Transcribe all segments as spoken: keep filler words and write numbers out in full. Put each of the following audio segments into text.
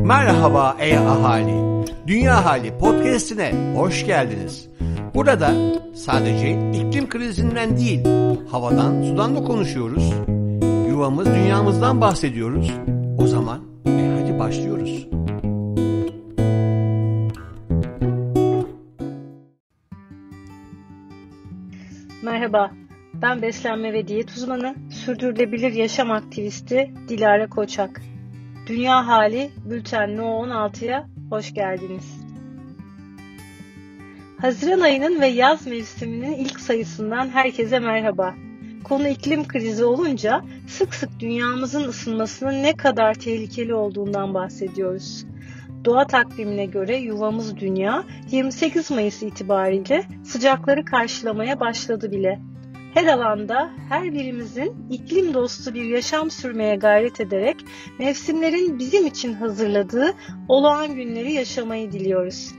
Merhaba ey ahali, Dünya Hali Podcast'ine hoş geldiniz. Burada sadece iklim krizinden değil, havadan, sudan da konuşuyoruz. Yuvamız, dünyamızdan bahsediyoruz. O zaman e hadi başlıyoruz. Merhaba, ben beslenme ve diyet uzmanı, sürdürülebilir yaşam aktivisti Dilara Koçak. Dünya Hali Bülten No on altıya hoş geldiniz. Haziran ayının ve yaz mevsiminin ilk sayısından herkese merhaba. Konu iklim krizi olunca sık sık dünyamızın ısınmasının ne kadar tehlikeli olduğundan bahsediyoruz. Doğa takvimine göre yuvamız dünya yirmi sekiz Mayıs itibariyle sıcakları karşılamaya başladı bile. Her alanda her birimizin iklim dostu bir yaşam sürmeye gayret ederek mevsimlerin bizim için hazırladığı olağan günleri yaşamayı diliyoruz.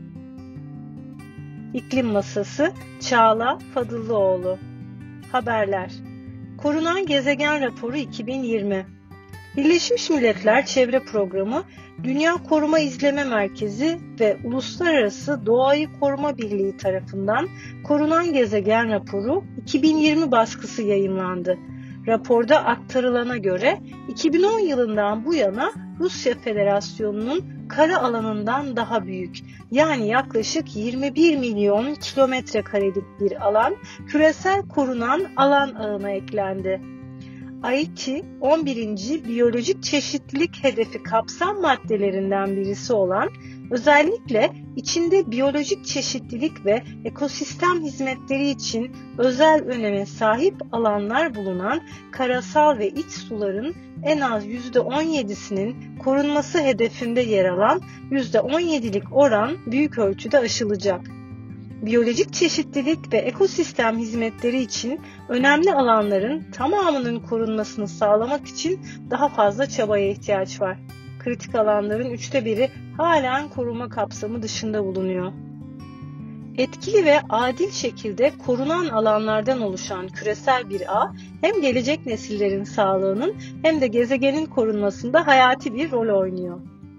İklim Masası Çağla Fadıllıoğlu. Haberler. Korunan Gezegen Raporu iki bin yirmi. Birleşmiş Milletler Çevre Programı, Dünya Koruma İzleme Merkezi ve Uluslararası Doğayı Koruma Birliği tarafından Korunan Gezegen Raporu iki bin yirmi baskısı yayımlandı. Raporda aktarılana göre iki bin on yılından bu yana Rusya Federasyonu'nun kara alanından daha büyük, yani yaklaşık yirmi bir milyon kilometre karelik bir alan küresel korunan alan ağına eklendi. Aichi, on birinci biyolojik çeşitlilik hedefi kapsam maddelerinden birisi olan, özellikle içinde biyolojik çeşitlilik ve ekosistem hizmetleri için özel öneme sahip alanlar bulunan karasal ve iç suların en az yüzde on yedisinin korunması hedefinde yer alan yüzde on yedilik oran büyük ölçüde aşılacak. Biyolojik çeşitlilik ve ekosistem hizmetleri için önemli alanların tamamının korunmasını sağlamak için daha fazla çabaya ihtiyaç var. Kritik alanların üçte biri halen koruma kapsamı dışında bulunuyor. Etkili ve adil şekilde korunan alanlardan oluşan küresel bir ağ hem gelecek nesillerin sağlığının hem de gezegenin korunmasında hayati bir rol oynuyor.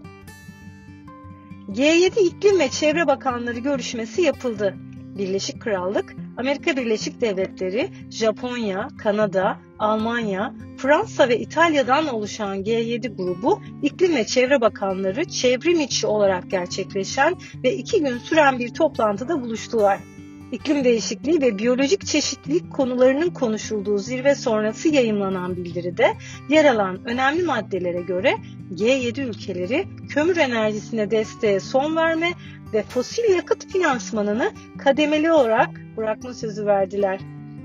G yedi İklim ve Çevre Bakanları görüşmesi yapıldı. Birleşik Krallık, Amerika Birleşik Devletleri, Japonya, Kanada, Almanya, Fransa ve İtalya'dan oluşan G yedi grubu, İklim ve Çevre Bakanları çevrim içi olarak gerçekleşen ve iki gün süren bir toplantıda buluştular. İklim değişikliği ve biyolojik çeşitlilik konularının konuşulduğu zirve sonrası yayımlanan bildiride yer alan önemli maddelere göre G yedi ülkeleri kömür enerjisine desteğe son verme ve fosil yakıt finansmanını kademeli olarak bırakma sözü verdiler.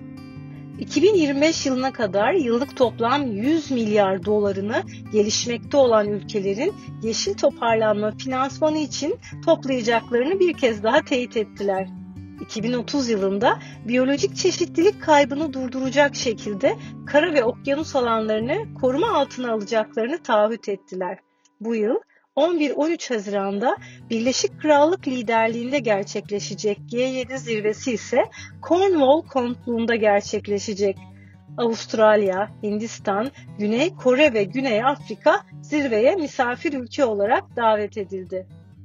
iki bin yirmi beş yılına kadar yıllık toplam yüz milyar dolarını gelişmekte olan ülkelerin yeşil toparlanma finansmanı için toplayacaklarını bir kez daha teyit ettiler. iki bin otuz yılında biyolojik çeşitlilik kaybını durduracak şekilde kara ve okyanus alanlarını koruma altına alacaklarını taahhüt ettiler. Bu yıl on bir on üç Haziran'da Birleşik Krallık liderliğinde gerçekleşecek G yedi zirvesi ise Cornwall Kontluğu'nda gerçekleşecek. Avustralya, Hindistan, Güney Kore ve Güney Afrika zirveye misafir ülke olarak davet edildi.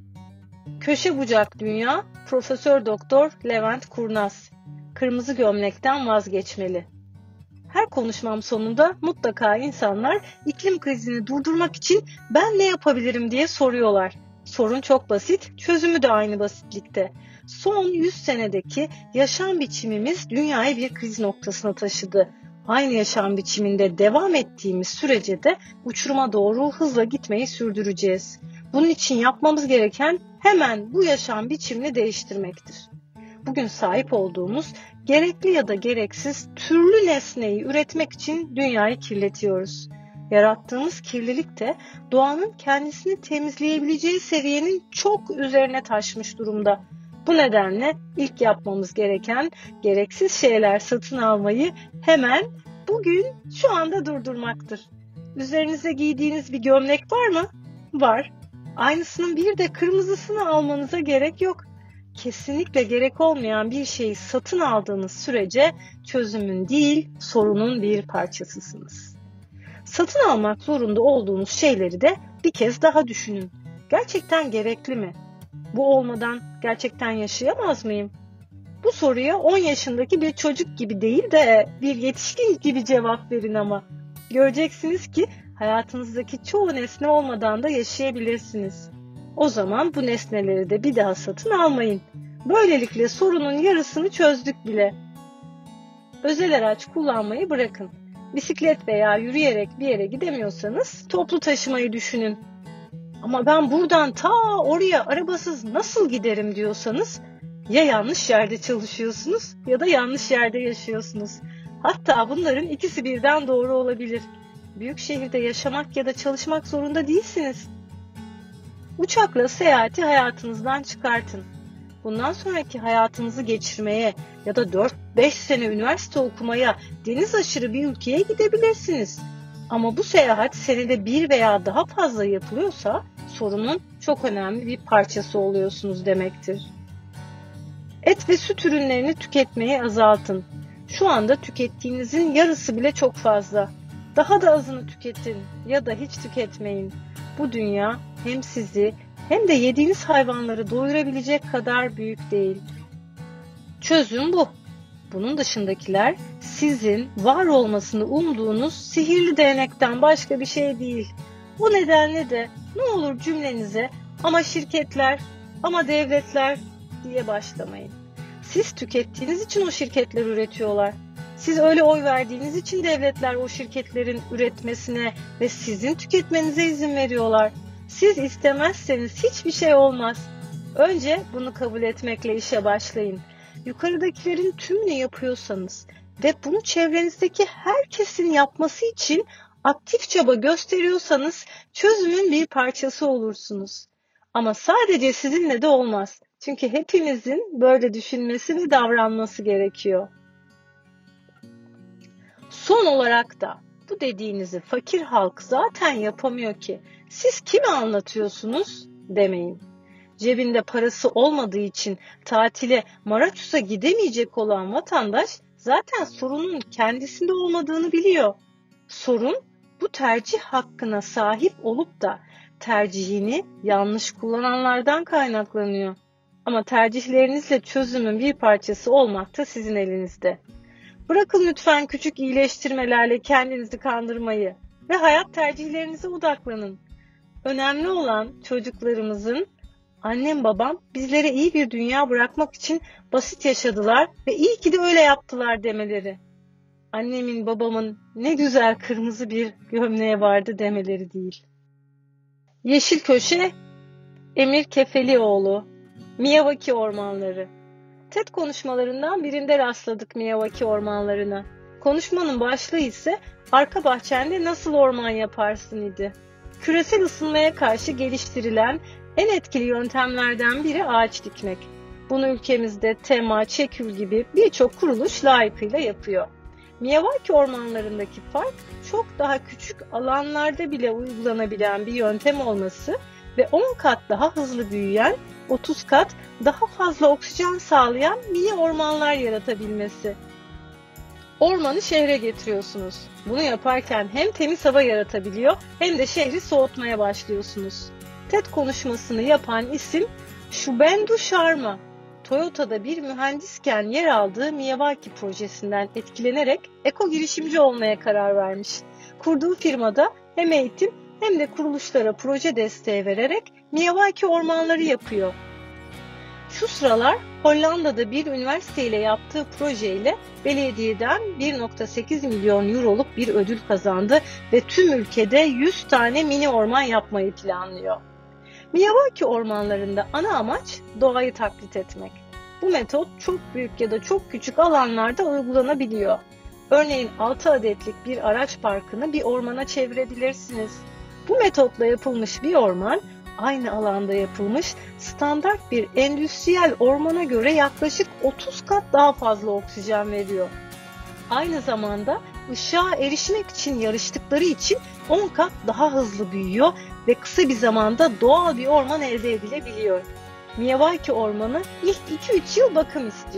Köşe bucak dünya, Profesör Doktor Levent Kurnaz. Kırmızı gömlekten vazgeçmeli. Her konuşmam sonunda mutlaka insanlar iklim krizini durdurmak için ben ne yapabilirim diye soruyorlar. Sorun çok basit, çözümü de aynı basitlikte. Son yüz senedeki yaşam biçimimiz dünyayı bir kriz noktasına taşıdı. Aynı yaşam biçiminde devam ettiğimiz sürece de uçuruma doğru hızla gitmeyi sürdüreceğiz. Bunun için yapmamız gereken hemen bu yaşam biçimini değiştirmektir. Bugün sahip olduğumuz gerekli ya da gereksiz türlü nesneyi üretmek için dünyayı kirletiyoruz. Yarattığımız kirlilik de doğanın kendisini temizleyebileceği seviyenin çok üzerine taşmış durumda. Bu nedenle ilk yapmamız gereken gereksiz şeyler satın almayı hemen bugün şu anda durdurmaktır. Üzerinize giydiğiniz bir gömlek var mı? Var. Aynısının bir de kırmızısını almanıza gerek yok. Kesinlikle gerek olmayan bir şeyi satın aldığınız sürece çözümün değil, sorunun bir parçasısınız. Satın almak zorunda olduğunuz şeyleri de bir kez daha düşünün. Gerçekten gerekli mi? Bu olmadan gerçekten yaşayamaz mıyım? Bu soruya on yaşındaki bir çocuk gibi değil de bir yetişkin gibi cevap verin ama. Göreceksiniz ki hayatınızdaki çoğu nesne olmadan da yaşayabilirsiniz. O zaman bu nesneleri de bir daha satın almayın. Böylelikle sorunun yarısını çözdük bile. Özel araç kullanmayı bırakın. Bisiklet veya yürüyerek bir yere gidemiyorsanız toplu taşımayı düşünün. Ama ben buradan ta oraya arabasız nasıl giderim diyorsanız ya yanlış yerde çalışıyorsunuz ya da yanlış yerde yaşıyorsunuz. Hatta bunların ikisi birden doğru olabilir. Büyük şehirde yaşamak ya da çalışmak zorunda değilsiniz. Uçakla seyahati hayatınızdan çıkartın. Bundan sonraki hayatınızı geçirmeye ya da dört beş sene üniversite okumaya deniz aşırı bir ülkeye gidebilirsiniz. Ama bu seyahat senede bir veya daha fazla yapılıyorsa sorunun çok önemli bir parçası oluyorsunuz demektir. Et ve süt ürünlerini tüketmeyi azaltın. Şu anda tükettiğinizin yarısı bile çok fazla. Daha da azını tüketin ya da hiç tüketmeyin. Bu dünya hem sizi hem de yediğiniz hayvanları doyurabilecek kadar büyük değil. Çözüm bu. Bunun dışındakiler sizin var olmasını umduğunuz sihirli değnekten başka bir şey değil. Bu nedenle de ne olur cümlenize ama şirketler, ama devletler diye başlamayın. Siz tükettiğiniz için o şirketler üretiyorlar. Siz öyle oy verdiğiniz için devletler o şirketlerin üretmesine ve sizin tüketmenize izin veriyorlar. Siz istemezseniz hiçbir şey olmaz. Önce bunu kabul etmekle işe başlayın. Yukarıdakilerin tümünü yapıyorsanız ve bunu çevrenizdeki herkesin yapması için aktif çaba gösteriyorsanız çözümün bir parçası olursunuz. Ama sadece sizinle de olmaz. Çünkü hepimizin böyle düşünmesi ve davranması gerekiyor. Son olarak da bu dediğinizi fakir halk zaten yapamıyor ki. Siz kime anlatıyorsunuz demeyin. Cebinde parası olmadığı için tatile Maraş'a gidemeyecek olan vatandaş zaten sorunun kendisinde olmadığını biliyor. Sorun bu tercih hakkına sahip olup da tercihini yanlış kullananlardan kaynaklanıyor. Ama tercihlerinizle çözümün bir parçası olmak da sizin elinizde. Bırakın lütfen küçük iyileştirmelerle kendinizi kandırmayı ve hayat tercihlerinize odaklanın. Önemli olan çocuklarımızın annem babam bizlere iyi bir dünya bırakmak için basit yaşadılar ve iyi ki de öyle yaptılar demeleri. Annemin babamın ne güzel kırmızı bir gömleği vardı demeleri değil. Yeşil Köşe, Emir Kefelioğlu, Miyawaki Ormanları. TED konuşmalarından birinde rastladık Miyawaki ormanlarına. Konuşmanın başlığı ise arka bahçende nasıl orman yaparsın idi. Küresel ısınmaya karşı geliştirilen en etkili yöntemlerden biri ağaç dikmek. Bunu ülkemizde Tema, Çekül gibi birçok kuruluş layıkıyla yapıyor. Miyawaki ormanlarındaki fark çok daha küçük alanlarda bile uygulanabilen bir yöntem olması ve on kat daha hızlı büyüyen, otuz kat daha fazla oksijen sağlayan mini ormanlar yaratabilmesi. Ormanı şehre getiriyorsunuz. Bunu yaparken hem temiz hava yaratabiliyor hem de şehri soğutmaya başlıyorsunuz. TED konuşmasını yapan isim Shubhendu Sharma. Toyota'da bir mühendisken yer aldığı Miyawaki projesinden etkilenerek eko girişimci olmaya karar vermiş. Kurduğu firmada hem eğitim hem de kuruluşlara proje desteği vererek Miyawaki ormanları yapıyor. Şu sıralar Hollanda'da bir üniversiteyle yaptığı projeyle belediyeden bir virgül sekiz milyon euroluk bir ödül kazandı ve tüm ülkede yüz tane mini orman yapmayı planlıyor. Miyawaki ormanlarında ana amaç doğayı taklit etmek. Bu metot çok büyük ya da çok küçük alanlarda uygulanabiliyor. Örneğin altı adetlik bir araç parkını bir ormana çevirebilirsiniz. Bu metotla yapılmış bir orman, aynı alanda yapılmış standart bir endüstriyel ormana göre yaklaşık otuz kat daha fazla oksijen veriyor. Aynı zamanda ışığa erişmek için yarıştıkları için on kat daha hızlı büyüyor ve kısa bir zamanda doğal bir orman elde edilebiliyor. Miyawaki ormanı ilk iki üç yıl bakım istiyor.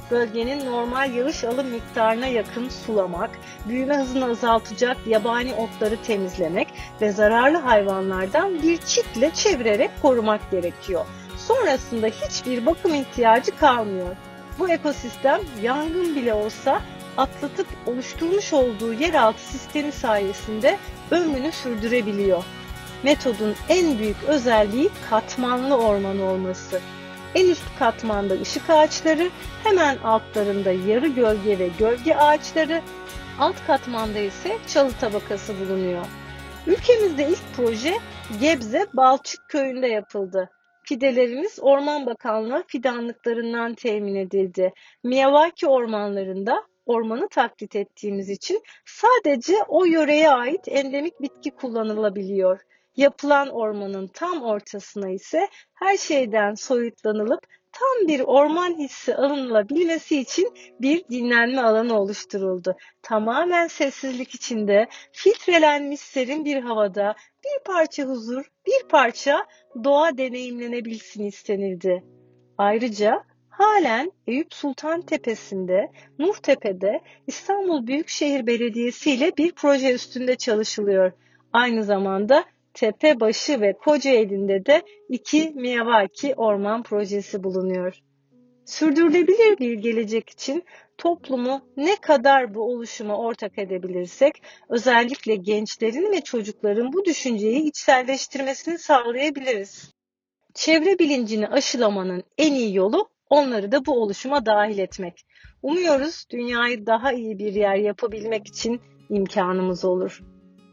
bölgenin normal yağış alım miktarına yakın sulamak, büyüme hızını azaltacak yabani otları temizlemek ve zararlı hayvanlardan bir çitle çevirerek korumak gerekiyor. Sonrasında hiçbir bakım ihtiyacı kalmıyor. Bu ekosistem yangın bile olsa atlatıp oluşturmuş olduğu yeraltı sistemi sayesinde ömrünü sürdürebiliyor. Metodun en büyük özelliği katmanlı orman olması. En üst katmanda ışık ağaçları, hemen altlarında yarı gölge ve gölge ağaçları, alt katmanda ise çalı tabakası bulunuyor. Ülkemizde ilk proje Gebze Balçık köyünde yapıldı. Fidelerimiz Orman Bakanlığı fidanlıklarından temin edildi. Miyawaki ormanlarında ormanı taklit ettiğimiz için sadece o yöreye ait endemik bitki kullanılabiliyor. Yapılan ormanın tam ortasına ise her şeyden soyutlanılıp tam bir orman hissi alınılabilmesi için bir dinlenme alanı oluşturuldu. Tamamen sessizlik içinde, filtrelenmiş serin bir havada bir parça huzur, bir parça doğa deneyimlenebilsin istenildi. Ayrıca halen Eyüp Sultan Tepesi'nde, Nuhtepe'de İstanbul Büyükşehir Belediyesi ile bir proje üstünde çalışılıyor. Aynı zamanda Tepebaşı ve Kocaeli'nde de iki Miyawaki orman projesi bulunuyor. Sürdürülebilir bir gelecek için toplumu ne kadar bu oluşuma ortak edebilirsek, özellikle gençlerin ve çocukların bu düşünceyi içselleştirmesini sağlayabiliriz. Çevre bilincini aşılamanın en iyi yolu onları da bu oluşuma dahil etmek. Umuyoruz dünyayı daha iyi bir yer yapabilmek için imkanımız olur.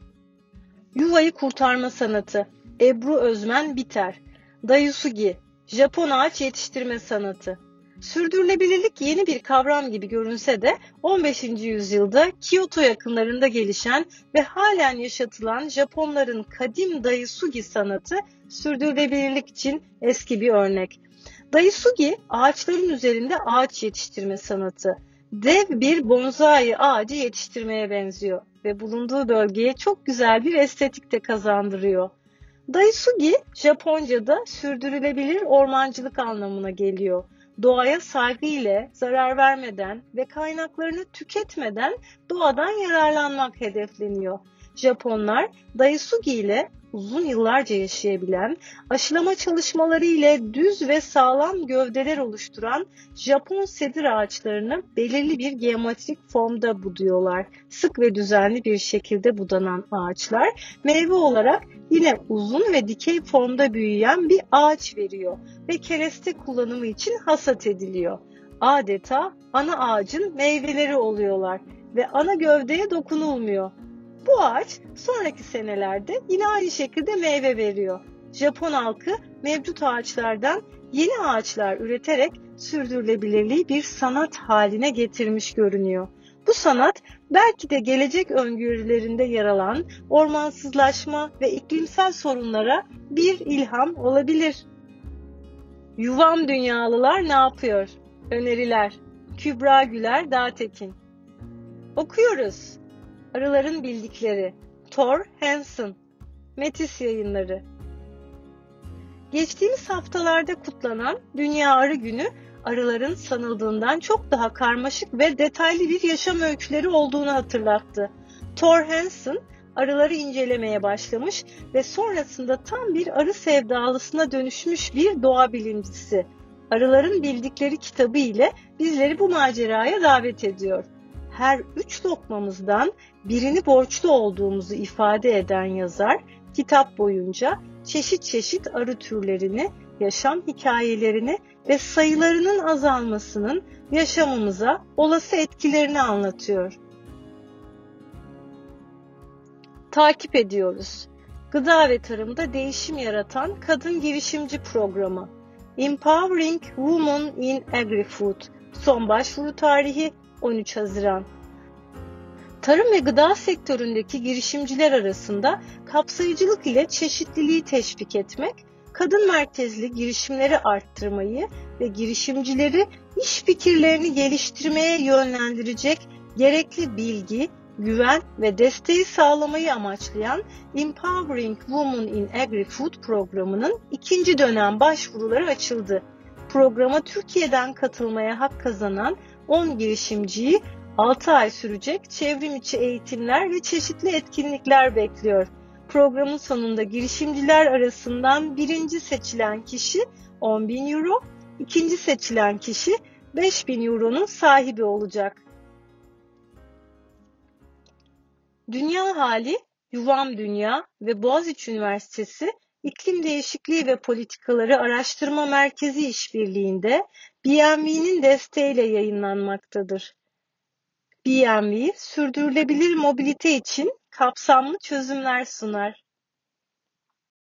Yuvayı kurtarma sanatı, Ebru Özmen Biter. Daisugi, Japon ağaç yetiştirme sanatı. Sürdürülebilirlik yeni bir kavram gibi görünse de on beşinci yüzyılda Kyoto yakınlarında gelişen ve halen yaşatılan Japonların kadim Daisugi sanatı sürdürülebilirlik için eski bir örnek. Daisugi, ağaçların üzerinde ağaç yetiştirme sanatı. Dev bir bonsai ağacı yetiştirmeye benziyor ve bulunduğu bölgeye çok güzel bir estetik de kazandırıyor. Daisugi, Japonca'da sürdürülebilir ormancılık anlamına geliyor. Doğaya saygı ile zarar vermeden ve kaynaklarını tüketmeden doğadan yararlanmak hedefleniyor. Japonlar Daisugi ile uzun yıllarca yaşayabilen, aşılama çalışmaları ile düz ve sağlam gövdeler oluşturan Japon sedir ağaçlarını belirli bir geometrik formda buduyorlar. Sık ve düzenli bir şekilde budanan ağaçlar meyve olarak yine uzun ve dikey formda büyüyen bir ağaç veriyor ve kereste kullanımı için hasat ediliyor. Adeta ana ağacın meyveleri oluyorlar ve ana gövdeye dokunulmuyor. Bu ağaç sonraki senelerde yine aynı şekilde meyve veriyor. Japon halkı mevcut ağaçlardan yeni ağaçlar üreterek sürdürülebilirliği bir sanat haline getirmiş görünüyor. Bu sanat belki de gelecek öngörülerinde yer alan ormansızlaşma ve iklimsel sorunlara bir ilham olabilir. Yuvam dünyalılar ne yapıyor? Öneriler. Kübra Güler Dağtekin. Okuyoruz. Arıların bildikleri. Thor Hansen. Metis Yayınları. Geçtiğimiz haftalarda kutlanan Dünya Arı Günü, arıların sanıldığından çok daha karmaşık ve detaylı bir yaşam öyküleri olduğunu hatırlattı. Thor Hansen, arıları incelemeye başlamış ve sonrasında tam bir arı sevdalısına dönüşmüş bir doğa bilimcisi. Arıların Bildikleri kitabı ile bizleri bu maceraya davet ediyor. Her üç lokmamızdan birini borçlu olduğumuzu ifade eden yazar, kitap boyunca çeşit çeşit arı türlerini, yaşam hikayelerini ve sayılarının azalmasının yaşamımıza olası etkilerini anlatıyor. Takip ediyoruz. Gıda ve tarımda değişim yaratan kadın girişimci programı. Empowering Women in Agri-Food. Son başvuru tarihi on üç Haziran. Tarım ve gıda sektöründeki girişimciler arasında kapsayıcılık ile çeşitliliği teşvik etmek, kadın merkezli girişimleri arttırmayı ve girişimcileri iş fikirlerini geliştirmeye yönlendirecek gerekli bilgi, güven ve desteği sağlamayı amaçlayan Empowering Women in Agri-Food programının ikinci dönem başvuruları açıldı. Programa Türkiye'den katılmaya hak kazanan on girişimciyi altı ay sürecek çevrim içi eğitimler ve çeşitli etkinlikler bekliyor. Programın sonunda girişimciler arasından birinci seçilen kişi on bin euro, ikinci seçilen kişi beş bin euronun sahibi olacak. Dünya Hali, Yuvam Dünya ve Boğaziçi Üniversitesi İklim Değişikliği ve Politikaları Araştırma Merkezi işbirliğinde B M W'nin desteğiyle yayınlanmaktadır. B M W, sürdürülebilir mobilite için kapsamlı çözümler sunar.